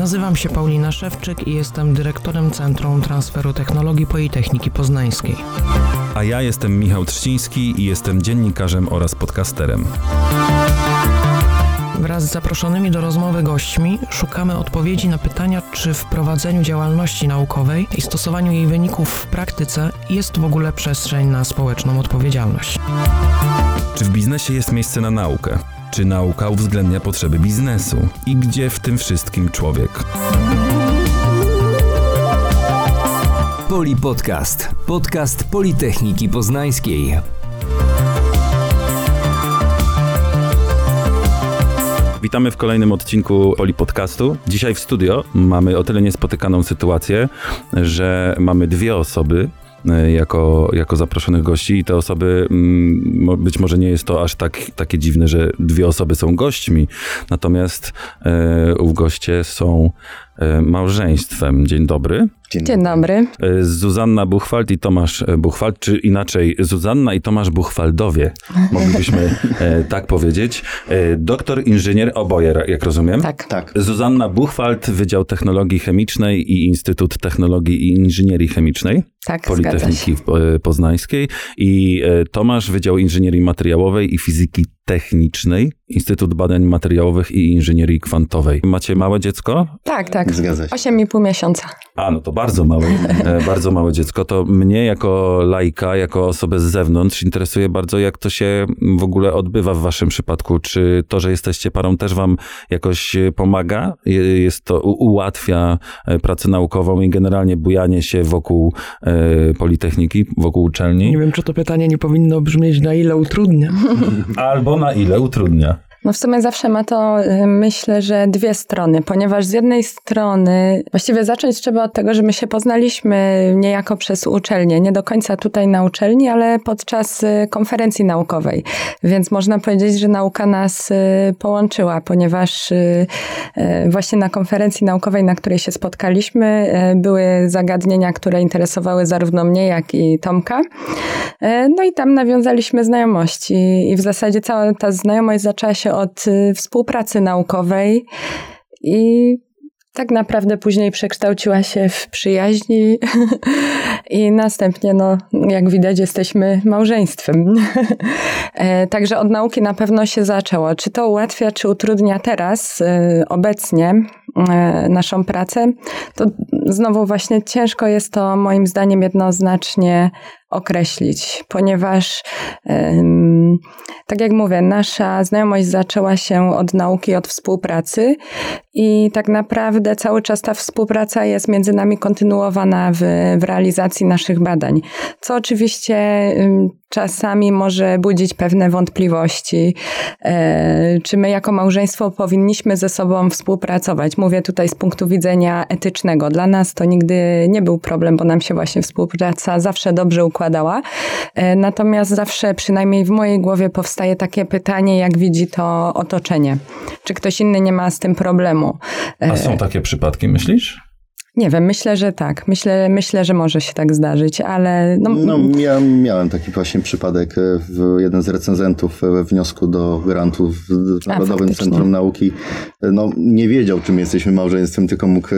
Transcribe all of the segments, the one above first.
Nazywam się Paulina Szewczyk i jestem dyrektorem Centrum Transferu Technologii Politechniki Poznańskiej. A ja jestem Michał Trzciński i jestem dziennikarzem oraz podcasterem. Wraz z zaproszonymi do rozmowy gośćmi szukamy odpowiedzi na pytania, czy w prowadzeniu działalności naukowej i stosowaniu jej wyników w praktyce jest w ogóle przestrzeń na społeczną odpowiedzialność. Czy w biznesie jest miejsce na naukę? Czy nauka uwzględnia potrzeby biznesu? I gdzie w tym wszystkim człowiek? Polipodcast. Podcast Politechniki Poznańskiej. Witamy w kolejnym odcinku Polipodcastu. Dzisiaj w studio mamy o tyle niespotykaną sytuację, że mamy dwie osoby jako zaproszonych gości i te osoby, być może nie jest to aż takie dziwne, że dwie osoby są gośćmi, natomiast ów goście są małżeństwem. Dzień dobry. Dzień dobry. Zuzanna Buchwald i Tomasz Buchwald, czy inaczej Zuzanna i Tomasz Buchwaldowie, moglibyśmy tak powiedzieć. Doktor, inżynier, oboje, jak rozumiem? Tak. Zuzanna Buchwald, Wydział Technologii Chemicznej i Instytut Technologii i Inżynierii Chemicznej Politechniki Poznańskiej i Tomasz, Wydział Inżynierii Materiałowej i Fizyki Technicznej, Instytut Badań Materiałowych i Inżynierii Kwantowej. Macie małe dziecko? Tak. Zgadza się. 8,5 miesiąca. No to bardzo małe dziecko. To mnie jako laika, jako osobę z zewnątrz interesuje bardzo, jak to się w ogóle odbywa w waszym przypadku. Czy to, że jesteście parą, też wam jakoś pomaga? Jest to ułatwia pracę naukową i generalnie bujanie się wokół Politechniki, wokół uczelni? Nie wiem, czy to pytanie nie powinno brzmieć, na ile utrudnia. Albo na ile utrudnia. No w sumie zawsze ma to, myślę, że dwie strony, ponieważ z jednej strony właściwie zacząć trzeba od tego, że my się poznaliśmy niejako przez uczelnię, nie do końca tutaj na uczelni, ale podczas konferencji naukowej, więc można powiedzieć, że nauka nas połączyła, ponieważ właśnie na konferencji naukowej, na której się spotkaliśmy, były zagadnienia, które interesowały zarówno mnie, jak i Tomka. No i tam nawiązaliśmy znajomości i w zasadzie cała ta znajomość zaczęła się od współpracy naukowej i tak naprawdę później przekształciła się w przyjaźni i następnie, jak widać, jesteśmy małżeństwem. Także od nauki na pewno się zaczęło. Czy to ułatwia, czy utrudnia teraz, obecnie naszą pracę, to znowu właśnie ciężko jest to moim zdaniem jednoznacznie określić, ponieważ tak jak mówię, nasza znajomość zaczęła się od nauki, od współpracy i tak naprawdę cały czas ta współpraca jest między nami kontynuowana w realizacji naszych badań, co oczywiście czasami może budzić pewne wątpliwości, czy my jako małżeństwo powinniśmy ze sobą współpracować. Mówię tutaj z punktu widzenia etycznego. Dla nas to nigdy nie był problem, bo nam się właśnie współpraca zawsze dobrze układała. Natomiast zawsze, przynajmniej w mojej głowie, powstaje takie pytanie, jak widzi to otoczenie. Czy ktoś inny nie ma z tym problemu? A są takie przypadki, myślisz? Nie wiem, myślę, że tak. Myślę, że może się tak zdarzyć, ale... Ja miałem taki właśnie przypadek. Jeden z recenzentów we wniosku do grantu w Narodowym Centrum Nauki nie wiedział, czym jesteśmy małżeństwem, tylko mógł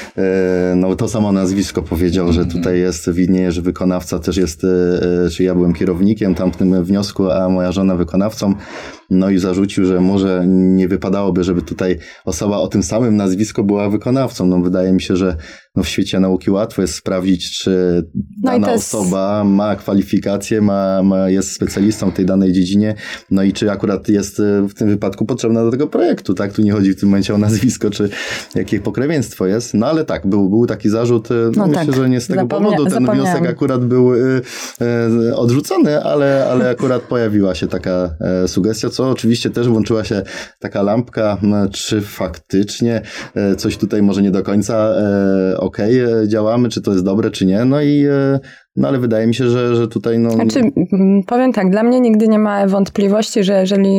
to samo nazwisko powiedział, że tutaj jest, widnieje, że wykonawca też jest, czy ja byłem kierownikiem tamtym wniosku, a moja żona wykonawcą. No i zarzucił, że może nie wypadałoby, żeby tutaj osoba o tym samym nazwisku była wykonawcą. Wydaje mi się, że w świecie nauki łatwo jest sprawdzić, czy dana osoba ma kwalifikacje, jest specjalistą w tej danej dziedzinie, i czy akurat jest w tym wypadku potrzebna do tego projektu, tak? Tu nie chodzi w tym momencie o nazwisko, czy jakie pokrewieństwo jest, ale tak, był taki zarzut. Myślę, że nie z tego powodu ten wniosek akurat był odrzucony, ale akurat pojawiła się taka sugestia, co oczywiście też włączyła się taka lampka, czy faktycznie coś tutaj może nie do końca działamy, czy to jest dobre, czy nie. No ale wydaje mi się, że tutaj Znaczy, powiem tak, dla mnie nigdy nie ma wątpliwości, że jeżeli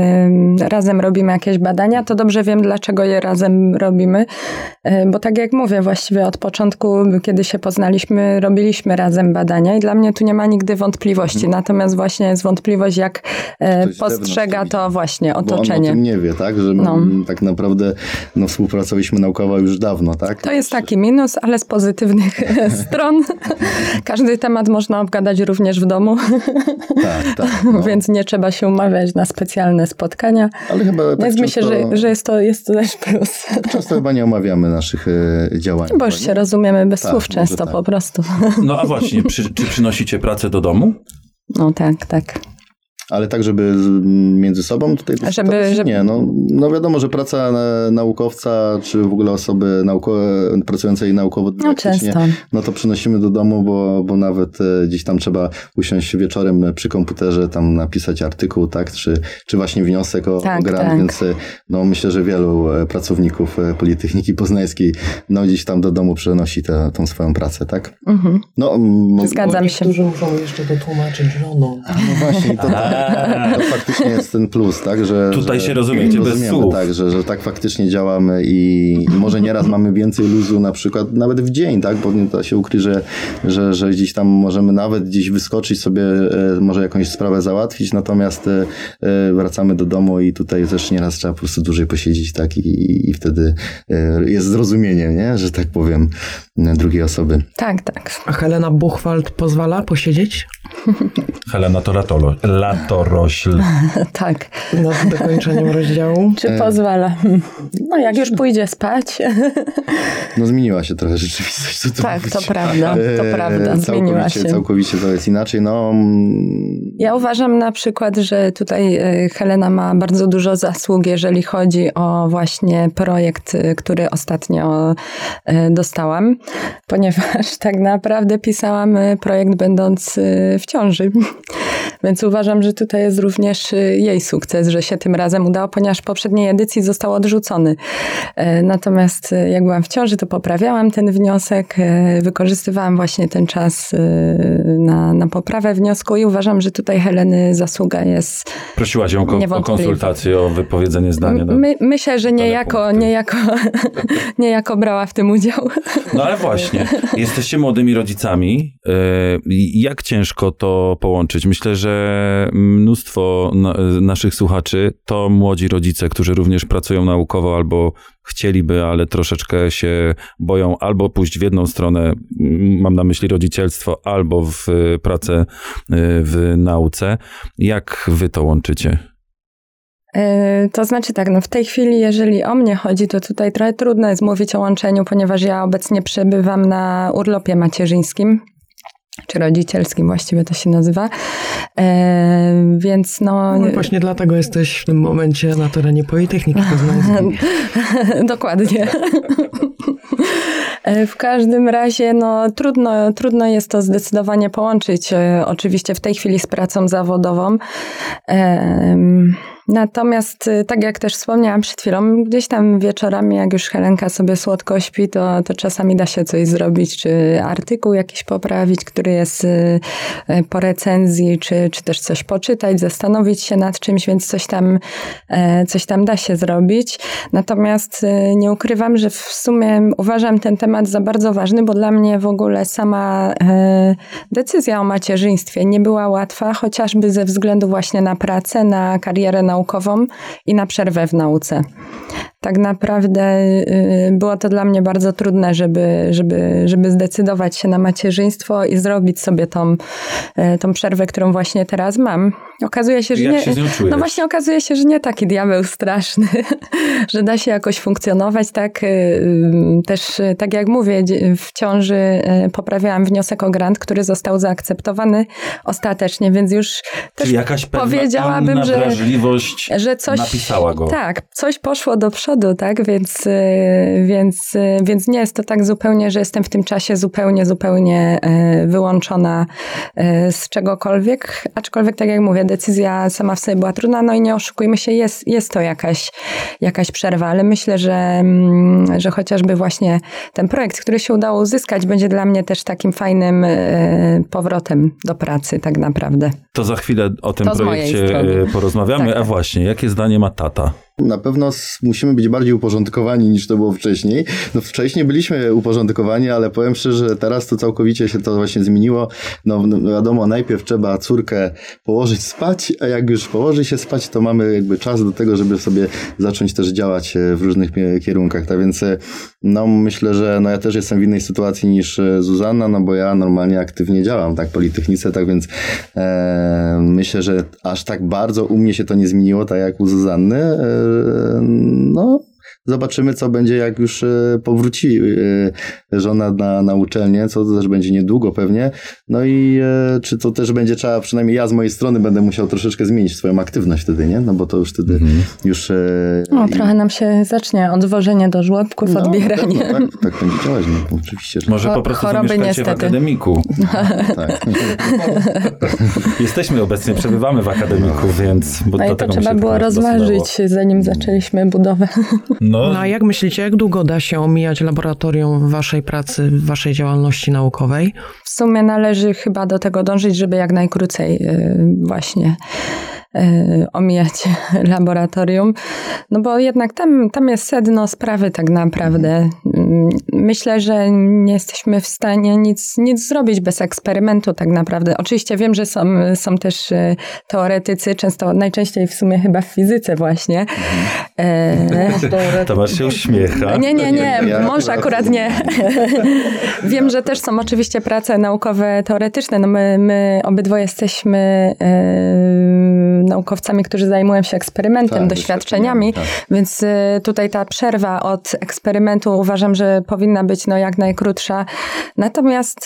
razem robimy jakieś badania, to dobrze wiem, dlaczego je razem robimy, bo tak jak mówię, właściwie od początku, kiedy się poznaliśmy, robiliśmy razem badania i dla mnie tu nie ma nigdy wątpliwości, natomiast właśnie jest wątpliwość, jak postrzega to właśnie otoczenie. Bo on o tym nie wie, tak? Że my tak naprawdę współpracowaliśmy naukowo już dawno, tak? To jest taki minus, ale z pozytywnych stron. Każdy temat można obgadać również w domu. Tak. Więc nie trzeba się umawiać na specjalne spotkania. Ale chyba tak więc myślę, że jest to też plus. Często chyba nie omawiamy naszych działań. Bo już się rozumiemy bez słów często po prostu. No a właśnie, czy przynosicie pracę do domu? No tak. Ale tak, żeby między sobą tutaj nie. No wiadomo, że praca naukowca, czy w ogóle osoby pracującej naukowo dydaktycznie, no to przynosimy do domu, bo nawet gdzieś tam trzeba usiąść wieczorem przy komputerze, tam napisać artykuł, tak, czy właśnie wniosek o grant, więc myślę, że wielu pracowników Politechniki Poznańskiej gdzieś tam do domu przenosi tą swoją pracę, tak? Mhm. Zgadzam się. Niektórzy muszą jeszcze dotłumaczyć żoną. No właśnie, to faktycznie jest ten plus, tak, że... Tutaj się rozumiecie bez słów. Tak, że tak faktycznie działamy i może nieraz mamy więcej luzu na przykład nawet w dzień, tak, bo nie da się ukryć, że gdzieś tam możemy nawet gdzieś wyskoczyć sobie, może jakąś sprawę załatwić, natomiast wracamy do domu i tutaj też nieraz trzeba po prostu dłużej posiedzieć, tak, i wtedy jest zrozumienie, nie, że tak powiem, drugiej osoby. Tak. A Helena Buchwald pozwala posiedzieć? Helena to latorośl. Tak. Nad dokończeniem rozdziału. Czy pozwala? No jak już pójdzie spać. No zmieniła się trochę rzeczywistość. To prawda. Zmieniła się. Całkowicie to jest inaczej. Ja uważam na przykład, że tutaj Helena ma bardzo dużo zasług, jeżeli chodzi o właśnie projekt, który ostatnio dostałam, ponieważ tak naprawdę pisałam projekt będąc w ciąży. Więc uważam, że tutaj jest również jej sukces, że się tym razem udało, ponieważ w poprzedniej edycji został odrzucony. Natomiast jak byłam w ciąży, to poprawiałam ten wniosek, wykorzystywałam właśnie ten czas na poprawę wniosku i uważam, że tutaj Heleny zasługa jest Prosiłaś ją o konsultację, o wypowiedzenie zdania. Myślę, że niejako brała w tym udział. No ale właśnie, jesteście młodymi rodzicami. Jak ciężko to połączyć? Myślę, że mnóstwo naszych słuchaczy to młodzi rodzice, którzy również pracują naukowo albo chcieliby, ale troszeczkę się boją albo pójść w jedną stronę, mam na myśli rodzicielstwo, albo w pracę w nauce. Jak wy to łączycie? To znaczy tak, w tej chwili, jeżeli o mnie chodzi, to tutaj trochę trudno jest mówić o łączeniu, ponieważ ja obecnie przebywam na urlopie macierzyńskim. Czy rodzicielskim właściwie to się nazywa. Więc właśnie dlatego jesteś w tym momencie na terenie Politechniki Poznańskiej. Dokładnie. W każdym razie trudno jest to zdecydowanie połączyć oczywiście w tej chwili z pracą zawodową. Natomiast tak jak też wspomniałam przed chwilą, gdzieś tam wieczorami, jak już Helenka sobie słodko śpi, to czasami da się coś zrobić, czy artykuł jakiś poprawić, który jest po recenzji, czy też coś poczytać, zastanowić się nad czymś, więc coś tam da się zrobić. Natomiast nie ukrywam, że w sumie uważam ten temat za bardzo ważny, bo dla mnie w ogóle sama decyzja o macierzyństwie nie była łatwa, chociażby ze względu właśnie na pracę, na karierę naukową i na przerwę w nauce. Tak naprawdę było to dla mnie bardzo trudne, żeby zdecydować się na macierzyństwo i zrobić sobie tą przerwę, którą właśnie teraz mam. Okazuje się, że jak się z nią czujesz? No właśnie okazuje się, że nie taki diabeł straszny, że da się jakoś funkcjonować. Tak, też tak jak mówię, w ciąży poprawiałam wniosek o grant, który został zaakceptowany ostatecznie, więc już też czyli jakaś powiedziałabym, wrażliwość że coś napisała go. Tak, coś poszło do przodu, przodu, tak? Więc nie jest to tak zupełnie, że jestem w tym czasie zupełnie wyłączona z czegokolwiek, aczkolwiek tak jak mówię, decyzja sama w sobie była trudna, no i nie oszukujmy się, jest to jakaś przerwa, ale myślę, że chociażby właśnie ten projekt, który się udało uzyskać, będzie dla mnie też takim fajnym powrotem do pracy tak naprawdę. To za chwilę o tym projekcie porozmawiamy. Tak. A właśnie, jakie zdanie ma tata? Na pewno musimy być bardziej uporządkowani niż to było wcześniej. No wcześniej byliśmy uporządkowani, ale powiem szczerze, że teraz to całkowicie się to właśnie zmieniło. No wiadomo, najpierw trzeba córkę położyć spać, a jak już położy się spać, to mamy jakby czas do tego, żeby sobie zacząć też działać w różnych kierunkach. Tak więc no myślę, że no ja też jestem w innej sytuacji niż Zuzanna, no bo ja normalnie aktywnie działam tak w Politechnice, tak więc myślę, że aż tak bardzo u mnie się to nie zmieniło, tak jak u Zuzanny. No, zobaczymy, co będzie, jak już powróci żona na uczelnię, co to też będzie niedługo pewnie. No i czy to też będzie trzeba, przynajmniej ja z mojej strony będę musiał troszeczkę zmienić swoją aktywność wtedy, nie? No bo to już wtedy już... No, trochę nam się zacznie odwożenie do żłobków, odbieranie. No, tak będzie działać, no, oczywiście. Że... Może po prostu zamieszkacie w akademiku. Tak. Jesteśmy obecnie, przebywamy w akademiku, więc... Bo no i to trzeba było rozważyć, zanim zaczęliśmy budowę. No a jak myślicie, jak długo da się omijać laboratorium w waszej pracy, w waszej działalności naukowej? W sumie należy chyba do tego dążyć, żeby jak najkrócej właśnie omijać laboratorium, no bo jednak tam jest sedno sprawy tak naprawdę. Myślę, że nie jesteśmy w stanie nic zrobić bez eksperymentu tak naprawdę. Oczywiście wiem, że są też teoretycy, najczęściej w sumie chyba w fizyce właśnie. Tomasz się uśmiecha. Nie, mąż akurat nie. Wiem, że też są oczywiście prace naukowe teoretyczne. No my obydwoje jesteśmy naukowcami, którzy zajmują się eksperymentem, doświadczeniami, tak. Więc tutaj ta przerwa od eksperymentu uważam, że powinna być jak najkrótsza. Natomiast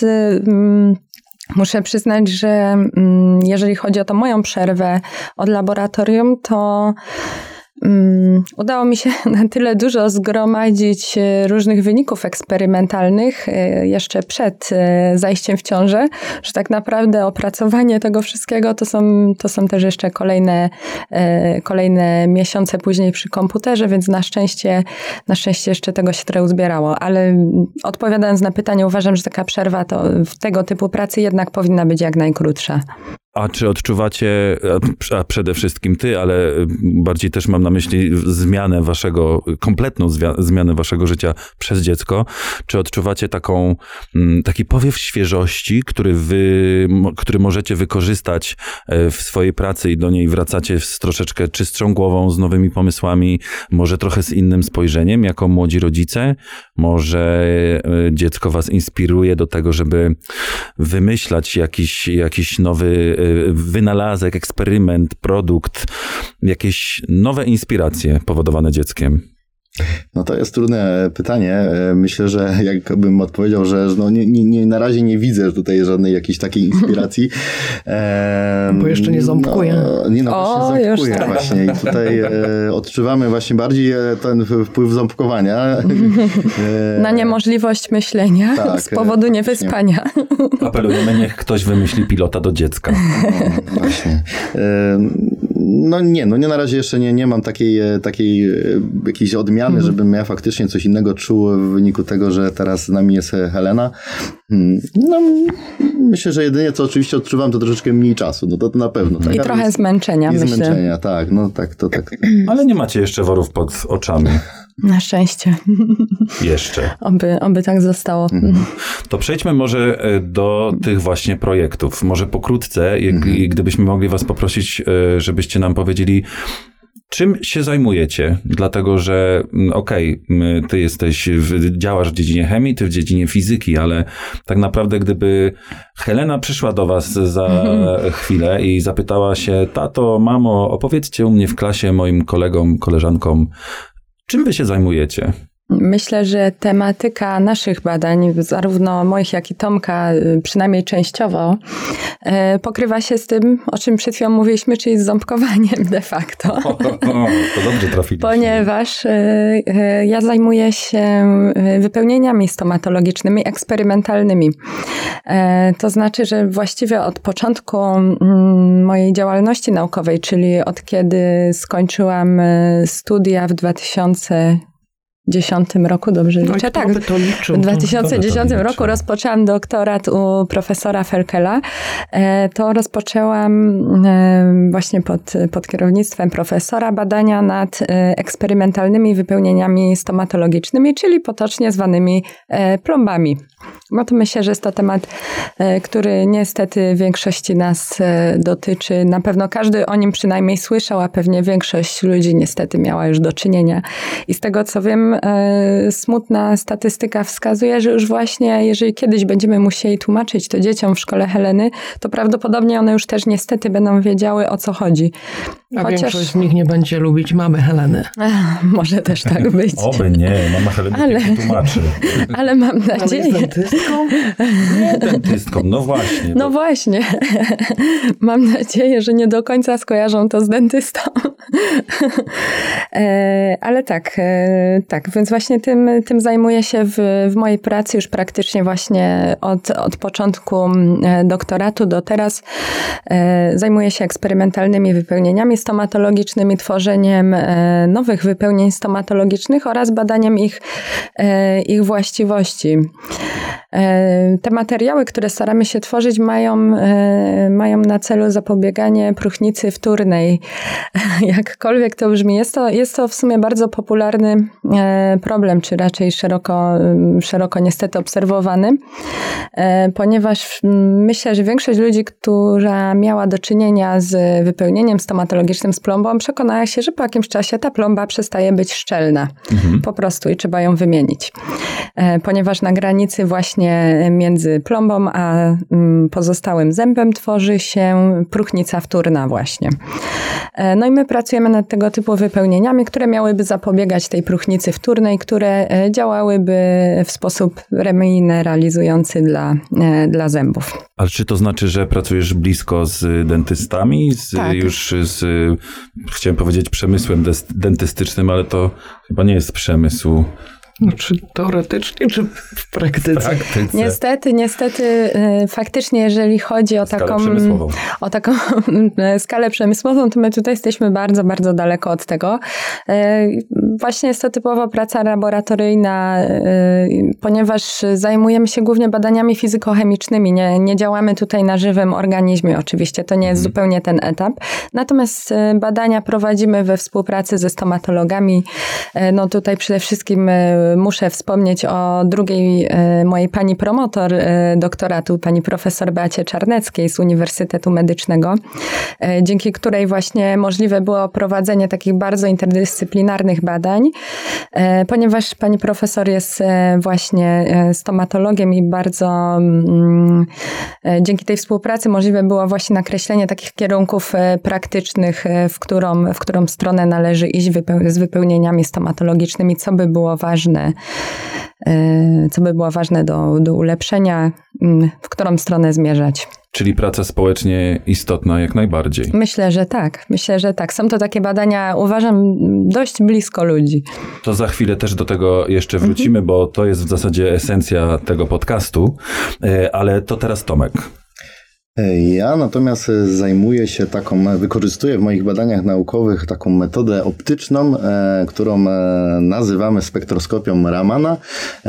muszę przyznać, że jeżeli chodzi o tą moją przerwę od laboratorium, to udało mi się na tyle dużo zgromadzić różnych wyników eksperymentalnych jeszcze przed zajściem w ciążę, że tak naprawdę opracowanie tego wszystkiego to są też jeszcze kolejne miesiące później przy komputerze, więc na szczęście jeszcze tego się trochę uzbierało. Ale odpowiadając na pytanie, uważam, że taka przerwa to w tego typu pracy jednak powinna być jak najkrótsza. A czy odczuwacie, a przede wszystkim ty, ale bardziej też mam na myśli kompletną zmianę waszego życia przez dziecko, czy odczuwacie taki powiew świeżości, który możecie wykorzystać w swojej pracy i do niej wracacie z troszeczkę czystszą głową, z nowymi pomysłami, może trochę z innym spojrzeniem jako młodzi rodzice? Może dziecko was inspiruje do tego, żeby wymyślać jakiś nowy wynalazek, eksperyment, produkt, jakieś nowe inspiracje powodowane dzieckiem? No to jest trudne pytanie. Myślę, że jakbym odpowiedział, że na razie nie widzę tutaj żadnej jakiejś takiej inspiracji. Bo jeszcze nie ząbkuję. Właśnie ząbkuję właśnie. I tutaj odczuwamy właśnie bardziej ten wpływ ząbkowania. Na niemożliwość myślenia z powodu niewyspania. Apelujemy, niech ktoś wymyśli pilota do dziecka. No, właśnie. Nie na razie jeszcze nie mam takiej jakiejś odmiany, żebym ja faktycznie coś innego czuł w wyniku tego, że teraz z nami jest Helena. No, myślę, że jedynie co oczywiście odczuwam, to troszeczkę mniej czasu, no to na pewno. Tak? I trochę zmęczenia, myślę. Zmęczenia, tak, no tak, to tak. Ale nie macie jeszcze worów pod oczami. Na szczęście. Jeszcze. Oby tak zostało. To przejdźmy może do tych właśnie projektów. Może pokrótce, gdybyśmy mogli was poprosić, żebyście nam powiedzieli, czym się zajmujecie? Dlatego, że ty działasz w dziedzinie chemii, ty w dziedzinie fizyki, ale tak naprawdę gdyby Helena przyszła do was za chwilę i zapytała się, tato, mamo, opowiedzcie u mnie w klasie moim kolegom, koleżankom, czym wy się zajmujecie? Myślę, że tematyka naszych badań, zarówno moich, jak i Tomka, przynajmniej częściowo, pokrywa się z tym, o czym przed chwilą mówiliśmy, czyli z ząbkowaniem de facto. To dobrze trafiliśmy. Ponieważ ja zajmuję się wypełnieniami stomatologicznymi, eksperymentalnymi. To znaczy, że właściwie od początku mojej działalności naukowej, czyli od kiedy skończyłam studia w 2010 roku, dobrze liczę? Tak, w 2010 roku rozpoczęłam doktorat u profesora Ferkela. To rozpoczęłam właśnie pod kierownictwem profesora badania nad eksperymentalnymi wypełnieniami stomatologicznymi, czyli potocznie zwanymi plombami. No to myślę, że jest to temat, który niestety większości nas dotyczy. Na pewno każdy o nim przynajmniej słyszał, a pewnie większość ludzi niestety miała już do czynienia. I z tego co wiem, smutna statystyka wskazuje, że już właśnie jeżeli kiedyś będziemy musieli tłumaczyć to dzieciom w szkole Heleny, to prawdopodobnie one już też niestety będą wiedziały, o co chodzi. A większość z nich nie będzie lubić mamy Heleny. Może też tak być. Oby nie, mama Heleny tłumaczy. Ale mam nadzieję. Ale jest dentystką? Nie dentystką, no właśnie. No właśnie. Mam nadzieję, że nie do końca skojarzą to z dentystą. Ale tak, więc właśnie tym zajmuję się w mojej pracy już praktycznie właśnie od początku doktoratu do teraz. Zajmuję się eksperymentalnymi wypełnieniami stomatologicznymi, tworzeniem nowych wypełnień stomatologicznych oraz badaniem ich właściwości. Te materiały, które staramy się tworzyć, mają na celu zapobieganie próchnicy wtórnej. Jakkolwiek to brzmi, jest to w sumie bardzo popularny problem, czy raczej szeroko niestety obserwowany, ponieważ myślę, że większość ludzi, która miała do czynienia z wypełnieniem stomatologicznym z plombą, przekonała się, że po jakimś czasie ta plomba przestaje być szczelna. Po prostu i trzeba ją wymienić. Ponieważ na granicy właśnie między plombą a pozostałym zębem tworzy się próchnica wtórna właśnie. No i my pracujemy nad tego typu wypełnieniami, które miałyby zapobiegać tej próchnicy wtórnej, które działałyby w sposób remineralizujący dla zębów. Ale czy to znaczy, że pracujesz blisko z dentystami? Tak. Już chciałem powiedzieć przemysłem dentystycznym, ale to chyba nie jest przemysł. Czy teoretycznie, czy w praktyce? Niestety, faktycznie, jeżeli chodzi o taką skalę przemysłową, to my tutaj jesteśmy bardzo, bardzo daleko od tego. Właśnie jest to typowa praca laboratoryjna, ponieważ zajmujemy się głównie badaniami fizykochemicznymi. Nie działamy tutaj na żywym organizmie, oczywiście, to nie jest zupełnie ten etap. Natomiast badania prowadzimy we współpracy ze stomatologami. No tutaj przede wszystkim muszę wspomnieć o drugiej mojej pani promotor doktoratu, pani profesor Beacie Czarneckiej z Uniwersytetu Medycznego, dzięki której właśnie możliwe było prowadzenie takich bardzo interdyscyplinarnych badań, ponieważ pani profesor jest właśnie stomatologiem i bardzo dzięki tej współpracy możliwe było właśnie nakreślenie takich kierunków praktycznych, w którą stronę należy iść z wypełnieniami stomatologicznymi, co by było ważne do ulepszenia, w którą stronę zmierzać. Czyli praca społecznie istotna jak najbardziej. Myślę, że tak. Są to takie badania, uważam, dość blisko ludzi. To za chwilę też do tego jeszcze wrócimy, bo to jest w zasadzie esencja tego podcastu, ale to teraz Tomek. Ja natomiast wykorzystuję w moich badaniach naukowych taką metodę optyczną, którą nazywamy spektroskopią Ramana.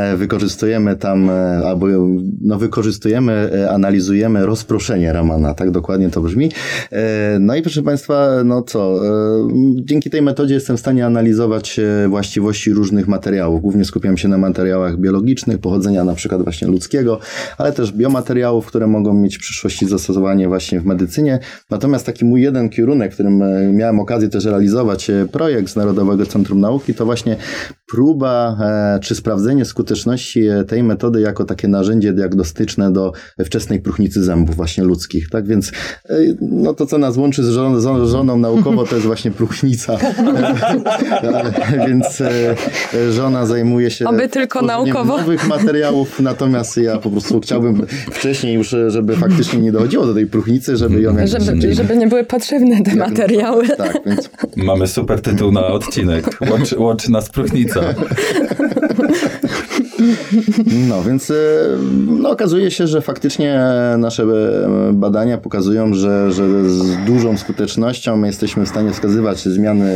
Analizujemy rozproszenie Ramana, tak dokładnie to brzmi. No i proszę Państwa, dzięki tej metodzie jestem w stanie analizować właściwości różnych materiałów. Głównie skupiam się na materiałach biologicznych, pochodzenia na przykład właśnie ludzkiego, ale też biomateriałów, które mogą mieć w przyszłości zastosowanie właśnie w medycynie. Natomiast taki mój jeden kierunek, w którym miałem okazję też realizować projekt z Narodowego Centrum Nauki, to właśnie próba czy sprawdzenie skuteczności tej metody jako takie narzędzie diagnostyczne do wczesnej próchnicy zębów właśnie ludzkich. Tak więc no to, co nas łączy z żoną naukowo, to jest właśnie próchnica. Więc żona zajmuje się tylko naukowo nowych materiałów, natomiast ja po prostu chciałbym wcześniej już, żeby faktycznie nie dochodziło do tej próchnicy, żeby ją żeby nie były potrzebne te materiały. Tak, więc... Mamy super tytuł na odcinek. Łączy nas próchnica. No, więc okazuje się, że faktycznie nasze badania pokazują, że z dużą skutecznością my jesteśmy w stanie wskazywać zmiany,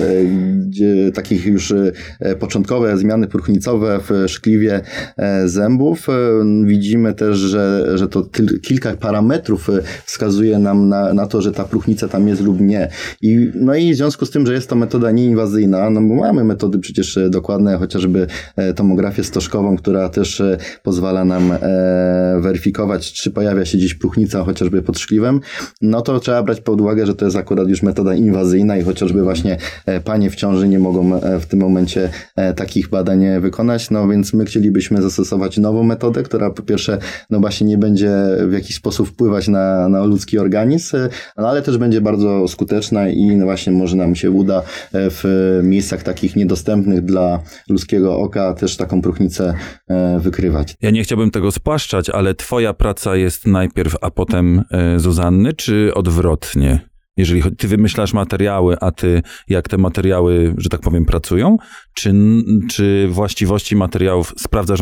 takich już początkowe zmiany próchnicowe w szkliwie zębów. Widzimy też, że to kilka parametrów wskazuje nam na to, że ta próchnica tam jest lub nie. No i w związku z tym, że jest to metoda nieinwazyjna, no bo mamy metody przecież dokładne, chociażby tomografię stożkową, która też pozwala nam weryfikować, czy pojawia się gdzieś próchnica chociażby pod szkliwem, no to trzeba brać pod uwagę, że to jest akurat już metoda inwazyjna i chociażby właśnie panie w ciąży nie mogą w tym momencie takich badań wykonać, no więc my chcielibyśmy zastosować nową metodę, która po pierwsze no właśnie nie będzie w jakiś sposób wpływać na ludzki organizm, no ale też będzie bardzo skuteczna i no właśnie może nam się uda w miejscach takich niedostępnych dla ludzkiego oka też taką próchnicę wykrywać. Ja nie chciałbym tego spłaszczać, ale twoja praca jest najpierw, a potem Zuzanny, czy odwrotnie? Jeżeli ty wymyślasz materiały, a ty jak te materiały, że tak powiem, pracują? Czy właściwości materiałów,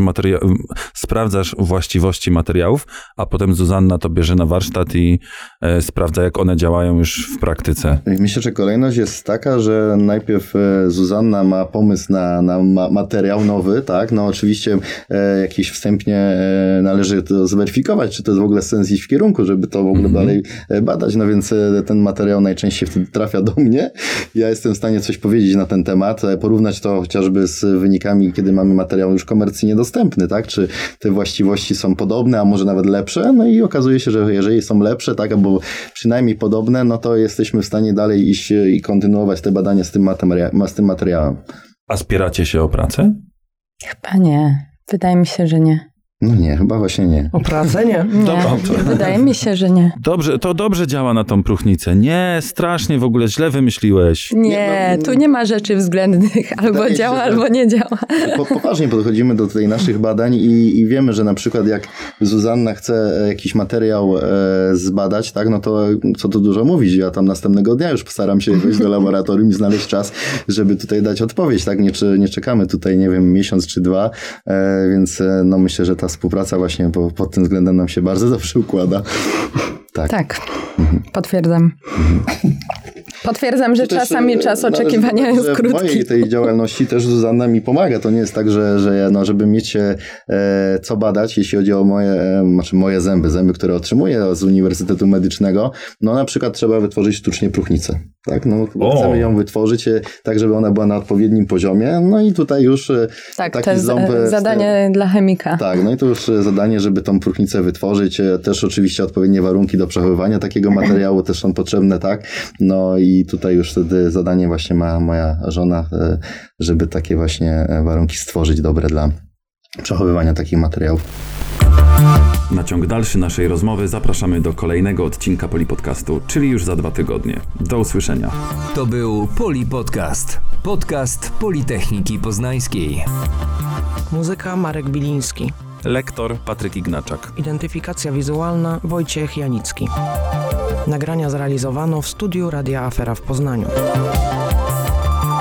sprawdzasz właściwości materiałów, a potem Zuzanna to bierze na warsztat i sprawdza, jak one działają już w praktyce? Myślę, że kolejność jest taka, że najpierw Zuzanna ma pomysł na materiał nowy, tak? No oczywiście jakiś wstępnie należy to zweryfikować, czy to jest w ogóle sens iść w kierunku, żeby to w ogóle dalej badać, no więc ten materiał najczęściej wtedy trafia do mnie. Ja jestem w stanie coś powiedzieć na ten temat, porównać to chociażby z wynikami, kiedy mamy materiał już komercyjnie dostępny, tak? Czy te właściwości są podobne, a może nawet lepsze? No i okazuje się, że jeżeli są lepsze, tak, albo przynajmniej podobne, no to jesteśmy w stanie dalej iść i kontynuować te badania z tym materiałem. A spieracie się o pracę? Chyba nie. Wydaje mi się, że nie. No nie, chyba właśnie nie. O pracę nie? Wydaje mi się, że nie. Dobrze działa na tą próchnicę. Nie, strasznie w ogóle źle wymyśliłeś. Nie, tu nie ma rzeczy względnych. Albo działa, albo nie działa. Poważnie podchodzimy do tutaj naszych badań i wiemy, że na przykład jak Zuzanna chce jakiś materiał zbadać, tak, no to co tu dużo mówić. Ja tam następnego dnia już postaram się wejść do laboratorium i znaleźć czas, żeby tutaj dać odpowiedź, tak? Nie czekamy tutaj, nie wiem, miesiąc czy dwa, więc no myślę, że ta współpraca właśnie pod tym względem nam się bardzo dobrze układa. Tak. Potwierdzam. Potwierdzam, że czasami czas oczekiwania jest krótki. W mojej tej działalności też Zuzanna mi pomaga. To nie jest tak, że ja, no, żeby mieć co badać, jeśli chodzi o moje zęby, które otrzymuję z Uniwersytetu Medycznego, no na przykład trzeba wytworzyć sztucznie próchnicę. Tak, no chcemy ją wytworzyć tak, żeby ona była na odpowiednim poziomie. No i tutaj już taki to jest zadanie dla chemika. Tak, no i to już zadanie, żeby tą próchnicę wytworzyć. Też oczywiście odpowiednie warunki do przechowywania takiego materiału też są potrzebne, tak? No i tutaj już wtedy zadanie właśnie ma moja żona, żeby takie właśnie warunki stworzyć dobre dla przechowywania takich materiałów. Na ciąg dalszy naszej rozmowy zapraszamy do kolejnego odcinka Polipodcastu, czyli już za 2 tygodnie. Do usłyszenia. To był Polipodcast. Podcast Politechniki Poznańskiej. Muzyka Marek Biliński. Lektor Patryk Ignaczak. Identyfikacja wizualna Wojciech Janicki. Nagrania zrealizowano w studiu Radia Afera w Poznaniu.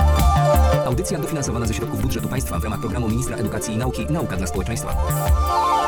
Audycja dofinansowana ze środków budżetu państwa w ramach programu Ministra Edukacji i Nauki „Nauka dla społeczeństwa”.